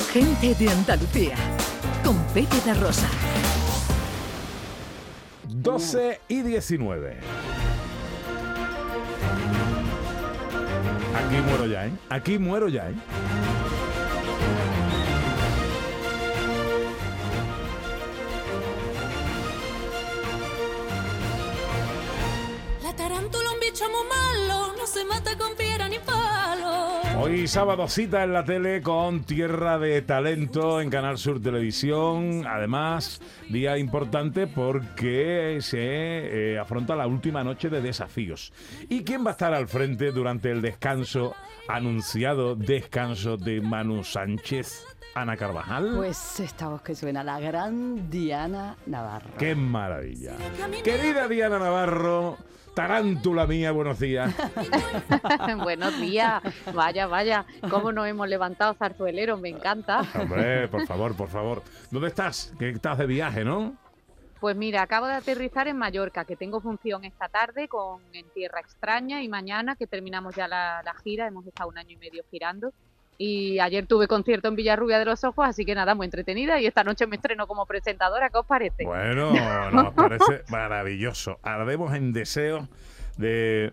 Gente de Andalucía, con Pepe da Rosa. 12:19. Aquí muero ya, ¿eh? Aquí muero ya, ¿eh? La tarántula, un bicho muy malo, no se mata con piedra ni palo. Hoy sábado cita en la tele con Tierra de Talento en Canal Sur Televisión. Además, día importante porque se afronta la última noche de desafíos. ¿Y quién va a estar al frente durante el descanso, anunciado descanso de Manu Sánchez? Ana Carvajal. Pues esta voz que suena, la gran Diana Navarro. ¡Qué maravilla! Querida Diana Navarro, tarántula mía, buenos días. Buenos días, vaya, cómo nos hemos levantado zarzueleros, me encanta. Hombre, por favor. ¿Dónde estás? Que estás de viaje, ¿no? Pues mira, acabo de aterrizar en Mallorca, que tengo función esta tarde En Tierra Extraña y mañana que terminamos ya la gira, hemos estado 1 año y medio girando. Y ayer tuve concierto en Villarrubia de los Ojos, así que nada, muy entretenida. Y esta noche me estreno como presentadora. ¿Qué os parece? Bueno, nos parece maravilloso. Ardemos en deseos de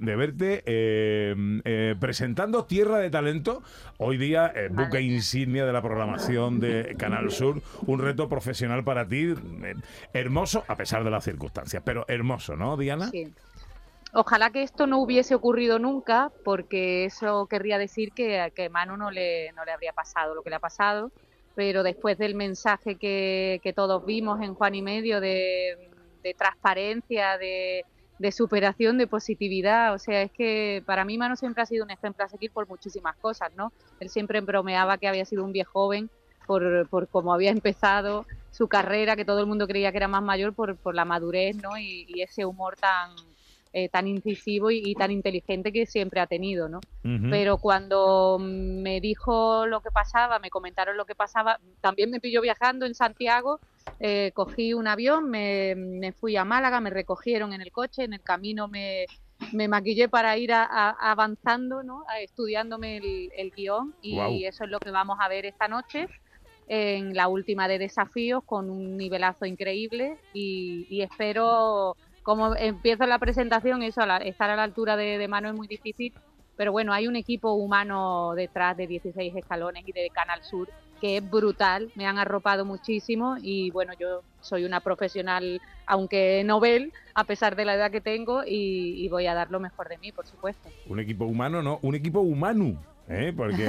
verte presentando Tierra de Talento. Hoy día, buque insignia de la programación de Canal Sur. Un reto profesional para ti, hermoso, a pesar de las circunstancias. Pero hermoso, ¿no, Diana? Sí. Ojalá que esto no hubiese ocurrido nunca, porque eso querría decir que Manu no le habría pasado lo que le ha pasado, pero después del mensaje que todos vimos en Juan y Medio de transparencia, de superación, de positividad, o sea, es que para mí Manu siempre ha sido un ejemplo a seguir por muchísimas cosas, ¿no? Él siempre bromeaba que había sido un viejo joven por cómo había empezado su carrera, que todo el mundo creía que era más mayor por la madurez, ¿no? Y ese humor tan incisivo y tan inteligente que siempre ha tenido, ¿no? Uh-huh. Pero cuando me dijo lo que pasaba, me comentaron lo que pasaba, también me pilló viajando en Santiago, cogí un avión, me fui a Málaga, me recogieron en el coche, en el camino me maquillé para ir avanzando, ¿no? Estudiándome el guión y Wow. Eso es lo que vamos a ver esta noche en la última de desafíos con un nivelazo increíble y espero... Como empiezo la presentación, estar a la altura de Manu es muy difícil, pero bueno, hay un equipo humano detrás de 16 escalones y de Canal Sur que es brutal, me han arropado muchísimo y bueno, yo soy una profesional, aunque novel, a pesar de la edad que tengo y voy a dar lo mejor de mí, por supuesto. Un equipo humano, no, un equipo humano. Porque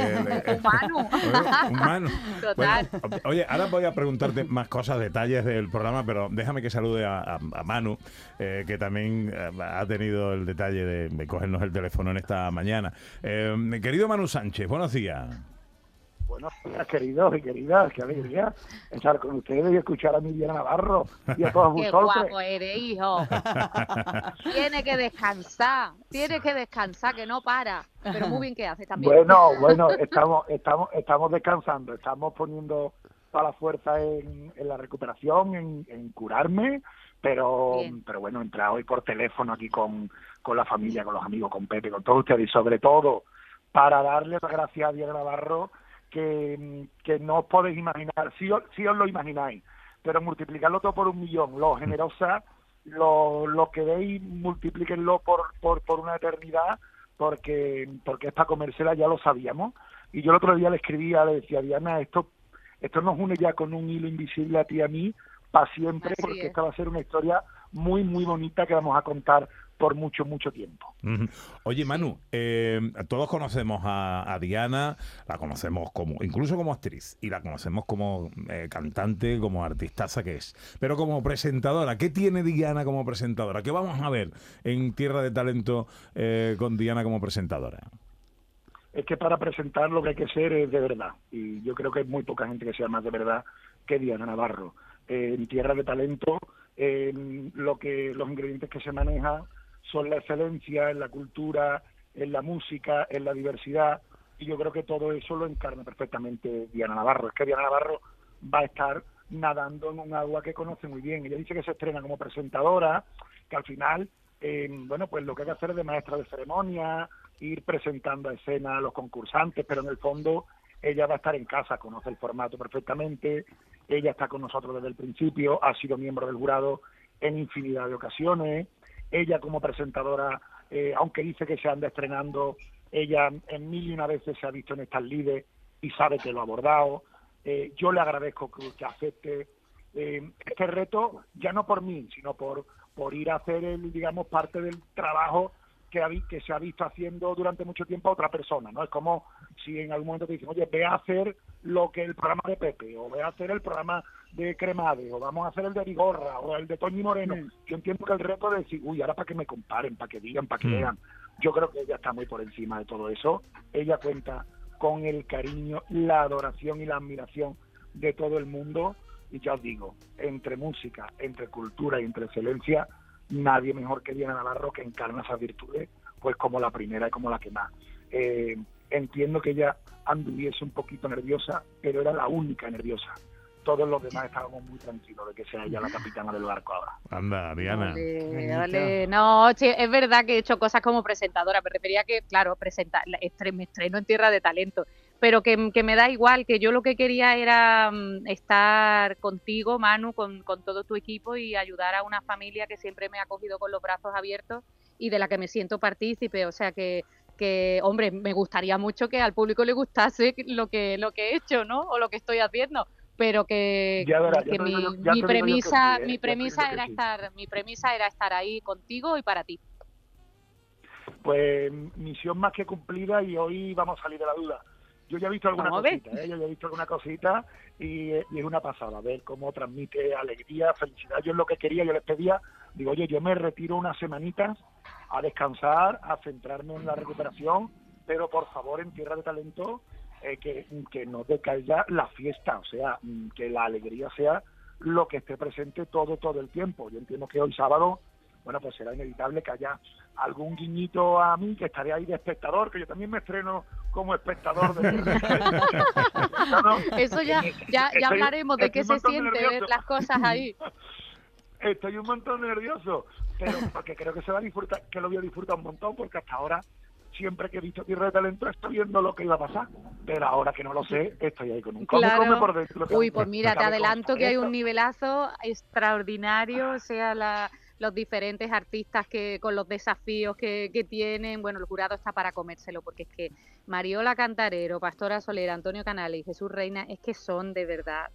humano. Total. Bueno, oye, ahora voy a preguntarte más cosas, detalles del programa, pero déjame que salude a Manu, que también ha tenido el detalle de cogernos el teléfono en esta mañana. Querido Manu Sánchez, buenos días. Buenos días, queridos y queridas, qué alegría estar con ustedes y escuchar a mi Diana Navarro y a todos Qué vosotros. guapo eres, hijo. Tiene que descansar, que no para. Pero muy bien que hace también. Bueno, estamos descansando, estamos poniendo toda la fuerza en la recuperación, en curarme, pero bueno, entrar hoy por teléfono aquí con la familia, con los amigos, con Pepe, con todos ustedes y sobre todo para darle las gracias a Diana Navarro que no os podéis imaginar, si os lo imagináis, pero multiplicarlo todo por 1.000.000, lo generosa, lo que veis, multiplíquenlo por una eternidad, porque es para comérsela, ya lo sabíamos. Y yo el otro día le decía, Diana, esto nos une ya con un hilo invisible a ti y a mí, para siempre, Así porque es. esta va a ser una historia muy, muy bonita que vamos a contar por mucho, mucho tiempo. Uh-huh. Oye, Manu, todos conocemos a Diana, la conocemos incluso como actriz, y la conocemos como cantante, como artistaza que es. Pero como presentadora, ¿qué tiene Diana como presentadora? ¿Qué vamos a ver en Tierra de Talento con Diana como presentadora? Es que para presentar lo que hay que ser es de verdad, y yo creo que hay muy poca gente que sea más de verdad que Diana Navarro. En Tierra de Talento, los ingredientes que se manejan son la excelencia en la cultura, en la música, en la diversidad, y yo creo que todo eso lo encarna perfectamente Diana Navarro. Es que Diana Navarro va a estar nadando en un agua que conoce muy bien. Ella dice que se estrena como presentadora, que al final, pues lo que hay que hacer es de maestra de ceremonia, ir presentando a escena a los concursantes, pero en el fondo ella va a estar en casa, conoce el formato perfectamente, ella está con nosotros desde el principio, ha sido miembro del jurado en infinidad de ocasiones, ella como presentadora, aunque dice que se anda estrenando, ella en mil y una veces se ha visto en estas lides y sabe que lo ha abordado. Yo le agradezco que acepte este reto, ya no por mí, sino por ir a hacer digamos, parte del trabajo que se ha visto haciendo durante mucho tiempo a otra persona, ¿no? Es como si en algún momento te dicen, oye, ve a hacer lo que el programa de Pepe, o ve a hacer el programa de Cremades, o vamos a hacer el de Vigorra, o el de Toñi Moreno. Yo entiendo que el reto de decir, uy, ahora para que me comparen, para que digan, para que vean. Yo creo que ella está muy por encima de todo eso. Ella cuenta con el cariño, la adoración y la admiración de todo el mundo, y ya os digo, entre música, entre cultura y entre excelencia, nadie mejor que Diana Navarro, que encarna esas virtudes, pues como la primera y como la que más. Entiendo que ella anduviese un poquito nerviosa, pero era la única nerviosa. Todos los demás estábamos muy tranquilos de que sea ella la capitana del barco ahora. Anda, Diana. Vale. No, sí, es verdad que he hecho cosas como presentadora. Me refería a que, claro, me estreno en Tierra de Talento, pero que me da igual, que yo lo que quería era estar contigo, Manu, con todo tu equipo y ayudar a una familia que siempre me ha acogido con los brazos abiertos y de la que me siento partícipe. O sea que hombre, me gustaría mucho que al público le gustase lo que he hecho, ¿no? O lo que estoy haciendo. Pero que mi premisa era estar ahí contigo y para ti. Pues misión más que cumplida, y hoy vamos a salir de la duda. Yo ya he visto alguna cosita, yo ya he visto alguna cosita y es una pasada ver cómo transmite alegría, felicidad. Yo es lo que quería, yo les pedía, digo, oye, yo me retiro unas semanitas a descansar, a centrarme en la recuperación, pero por favor en Tierra de Talento que no decaiga la fiesta, o sea, que la alegría sea lo que esté presente todo el tiempo. Yo entiendo que hoy sábado, bueno, pues será inevitable que haya algún guiñito a mí, que estaré ahí de espectador, que yo también me estreno como espectador de Eso ya hablaremos de qué se siente ver las cosas ahí. Estoy un montón nervioso, pero porque creo que se va a disfrutar, que lo voy a disfrutar un montón, porque hasta ahora siempre que he visto Tierra de Talento estoy viendo lo que iba a pasar, pero ahora que no lo sé, estoy ahí con un come por dentro. Uy, pues mira, te adelanto que hay un nivelazo extraordinario, o sea, los diferentes artistas que con los desafíos que tienen. Bueno, el jurado está para comérselo, porque es que Mariola Cantarero, Pastora Soler, Antonio Canales y Jesús Reina, es que son de verdad...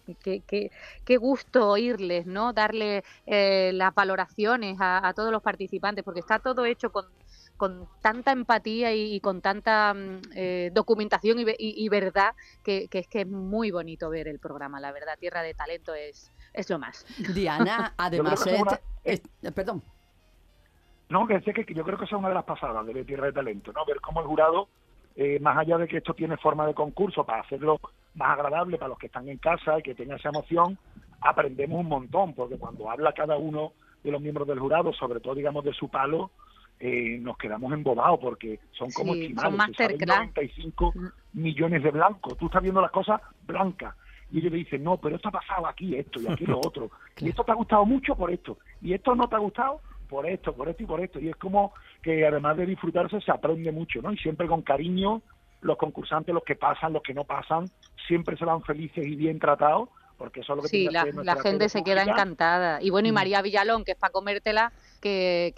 Qué gusto oírles, ¿no? Darle las valoraciones a todos los participantes, porque está todo hecho con tanta empatía y con tanta documentación y verdad, que es que es muy bonito ver el programa, la verdad. Tierra de Talento es lo más. Diana, además... perdón. No, que yo creo que esa es una de las pasadas de Tierra de Talento, ¿no? Ver cómo el jurado, más allá de que esto tiene forma de concurso para hacerlo más agradable para los que están en casa y que tengan esa emoción, aprendemos un montón, porque cuando habla cada uno de los miembros del jurado, sobre todo, digamos, de su palo, nos quedamos embobados, porque son como estimales, 95 millones de blancos. Tú estás viendo las cosas blancas, y ellos te dicen, no, pero esto ha pasado aquí, esto, y aquí lo otro, y esto te ha gustado mucho por esto, y esto no te ha gustado por esto y por esto, y es como que además de disfrutarse se aprende mucho, ¿no? Y siempre con cariño, los concursantes, los que pasan, los que no pasan, siempre se van felices y bien tratados, porque eso es lo que sí, la gente se queda encantada. Y bueno, y María Villalón, que es para comértela, que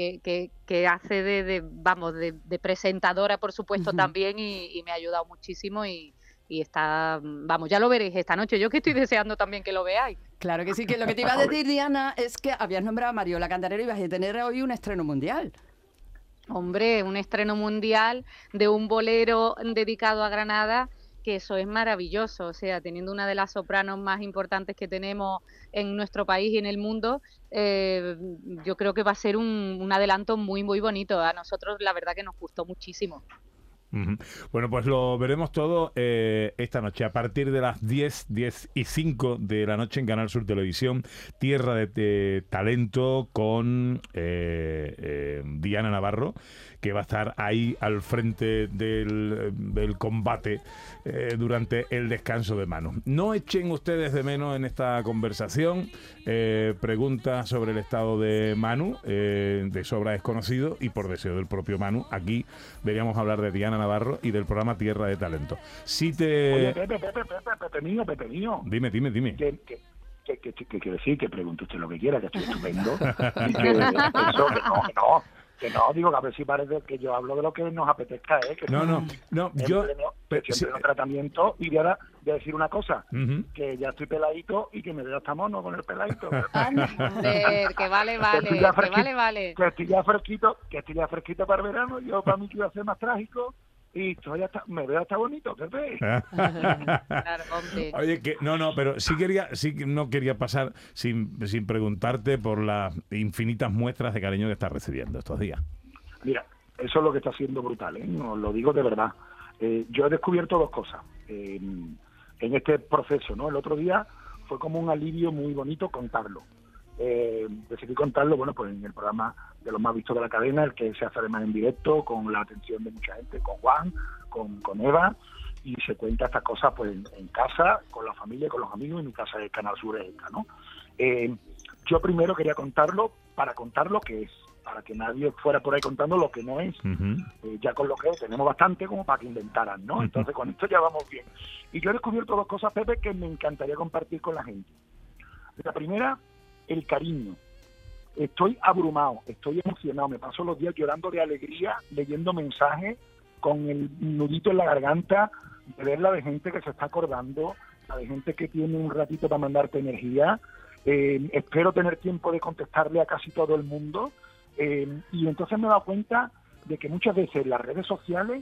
hace de presentadora, por supuesto, también, y me ha ayudado muchísimo, y está, vamos, ya lo veréis esta noche. Yo que estoy deseando también que lo veáis. Claro que sí, que lo que te iba a decir, Diana, es que habías nombrado a Mariola Cantarero y vas a tener hoy un estreno mundial. Hombre, un estreno mundial de un bolero dedicado a Granada, que eso es maravilloso. O sea, teniendo una de las sopranos más importantes que tenemos en nuestro país y en el mundo, yo creo que va a ser un adelanto muy, muy bonito. A nosotros la verdad que nos gustó muchísimo. Bueno, pues lo veremos todo esta noche a partir de las 10:05 de la noche en Canal Sur Televisión, Tierra de Talento con Diana Navarro, que va a estar ahí al frente del combate durante el descanso de Manu. No echen ustedes de menos en esta conversación preguntas sobre el estado de Manu, de sobra desconocido, y por deseo del propio Manu. Aquí deberíamos hablar de Diana Diana Navarro y del programa Tierra de Talento. Si Oye, te... Pepe mío. Dime. Que quiero decir, que pregunte usted lo que quiera, que estoy estupendo. Y que eso, que no, digo que a ver si parece que yo hablo de lo que nos apetezca, que No, yo... siempre en tratamiento. Y voy a decir una cosa, Ujú. que ya estoy peladito y que me veo hasta mono con el peladito. Que vale, Que estoy ya fresquito para el verano. Yo para mí que iba a ser más trágico y me veo hasta bonito, Pepe. Claro, hombre. Oye, que pero no quería pasar sin preguntarte por las infinitas muestras de cariño que estás recibiendo estos días. Mira, eso es lo que está siendo brutal, os lo digo de verdad. Yo he descubierto dos cosas en este proceso, ¿no? El otro día fue como un alivio muy bonito contarlo. Decidí contarlo, bueno, pues en el programa de los más vistos de la cadena, el que se hace además en directo, con la atención de mucha gente, con Juan, con Eva, y se cuenta estas cosas pues en casa, con la familia, con los amigos, en mi casa de Canal Sur esta, ¿no? Yo primero quería contarlo para contar lo que es, para que nadie fuera por ahí contando lo que no es. Uh-huh. Ya con lo que es tenemos bastante como para que inventaran, ¿no? Entonces con esto ya vamos bien. Y yo he descubierto dos cosas, Pepe, que me encantaría compartir con la gente. La primera, el cariño. Estoy abrumado, estoy emocionado, me paso los días llorando de alegría, leyendo mensajes con el nudito en la garganta, de ver la de gente que se está acordando, la de gente que tiene un ratito para mandarte energía. Espero tener tiempo de contestarle a casi todo el mundo. Y entonces me he dado cuenta de que muchas veces en las redes sociales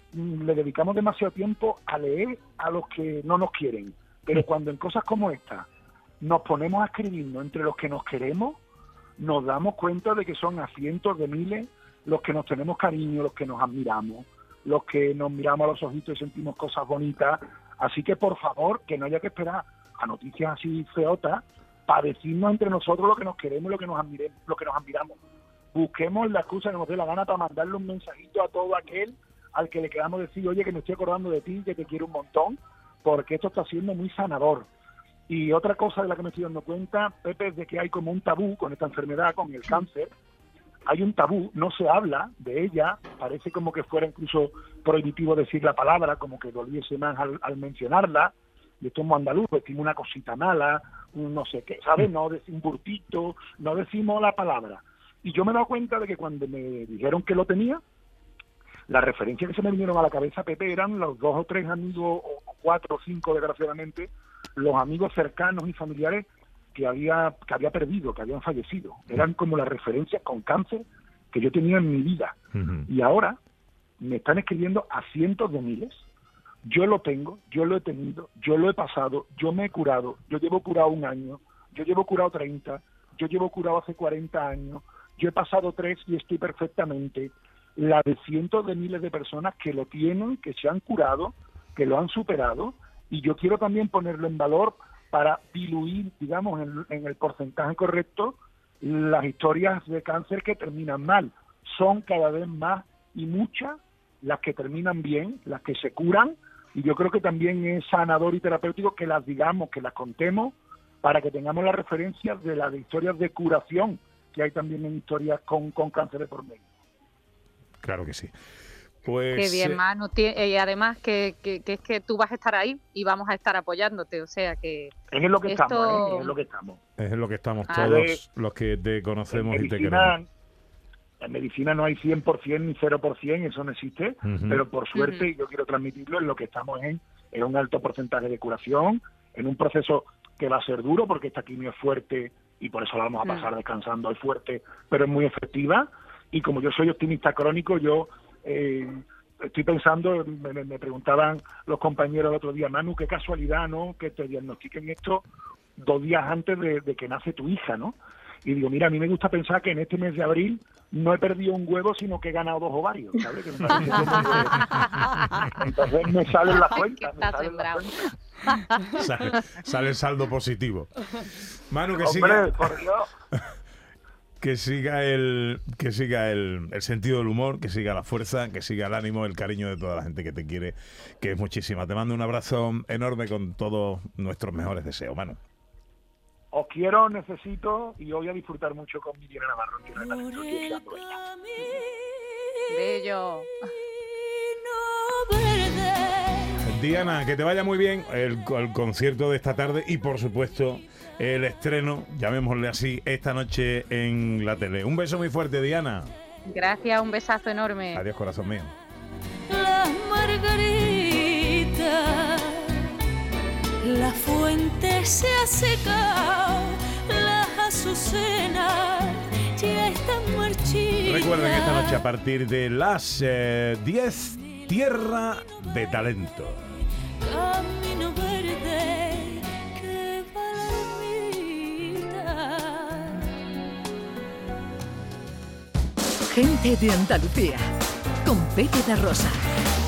le dedicamos demasiado tiempo a leer a los que no nos quieren. Pero cuando en cosas como esta nos ponemos a escribirnos entre los que nos queremos, nos damos cuenta de que son a cientos de miles los que nos tenemos cariño, los que nos admiramos, los que nos miramos a los ojitos y sentimos cosas bonitas. Así que, por favor, que no haya que esperar a noticias así feotas para decirnos entre nosotros lo que nos queremos, lo que nos admiramos. Busquemos la excusa que nos dé la gana para mandarle un mensajito a todo aquel al que le queramos decir, oye, que me estoy acordando de ti, que te quiero un montón, porque esto está siendo muy sanador. Y otra cosa de la que me estoy dando cuenta, Pepe, es de que hay como un tabú con esta enfermedad, con el cáncer. Hay un tabú, no se habla de ella, parece como que fuera incluso prohibitivo decir la palabra, como que doliese más al mencionarla. Y esto es andaluz, decimos una cosita mala, un no sé qué, ¿sabes? No decimos un burtito, no decimos la palabra. Y yo me he dado cuenta de que cuando me dijeron que lo tenía, las referencias que se me vinieron a la cabeza, Pepe, eran los 2 o 3 amigos, o 4 o 5 desgraciadamente, los amigos cercanos y familiares que había perdido, que habían fallecido. Eran como las referencias con cáncer que yo tenía en mi vida. Uh-huh. Y ahora me están escribiendo a cientos de miles. Yo lo tengo, yo lo he tenido, yo lo he pasado, yo me he curado, yo llevo curado 1 año, yo llevo curado 30, yo llevo curado hace 40 años, yo he pasado 3 y estoy perfectamente. La de cientos de miles de personas que lo tienen, que se han curado, que lo han superado, y yo quiero también ponerlo en valor para diluir, digamos, en el porcentaje correcto, las historias de cáncer que terminan mal. Son cada vez más y muchas las que terminan bien, las que se curan, y yo creo que también es sanador y terapéutico que las digamos, que las contemos, para que tengamos las referencias de las historias de curación que hay también en historias con cáncer de por medio. Claro que sí. Pues, qué bien, Manu. Y además que es que tú vas a estar ahí y vamos a estar apoyándote, o sea que... Es en lo que estamos, es en lo que estamos. Es en lo que estamos todos los que te conocemos y te queremos. En medicina no hay 100% ni 0%, eso no existe, uh-huh. Pero por suerte, y yo quiero transmitirlo, en lo que estamos en un alto porcentaje de curación, en un proceso que va a ser duro, porque esta quimio es fuerte y por eso la vamos a pasar descansando, es fuerte, pero es muy efectiva. Y como yo soy optimista crónico, yo estoy pensando, me preguntaban los compañeros el otro día, Manu, qué casualidad, ¿no?, que te diagnostiquen esto 2 días antes de que nace tu hija, ¿no? Y digo, mira, a mí me gusta pensar que en este mes de abril no he perdido un huevo, sino que he ganado 2 ovarios, ¿sabes? Que me parece entonces me salen las cuentas. Sale el saldo positivo. Manu, que Hombre, por Dios. Que siga el sentido del humor, que siga la fuerza, que siga el ánimo, el cariño de toda la gente que te quiere, que es muchísima. Te mando un abrazo enorme con todos nuestros mejores deseos, Manu. Os quiero, necesito y voy a disfrutar mucho con mi Diana Navarro. Bello. Diana, que te vaya muy bien el concierto de esta tarde y, por supuesto, el estreno, llamémosle así, esta noche en la tele. Un beso muy fuerte, Diana. Gracias, un besazo enorme. Adiós, corazón mío. Las margaritas, la fuente se ha secado, las azucenas ya están marchitas. Recuerden esta noche a partir de las 10, Tierra de Talento. Camino verde que palpita. Gente de Andalucía, con Pepe da Rosa.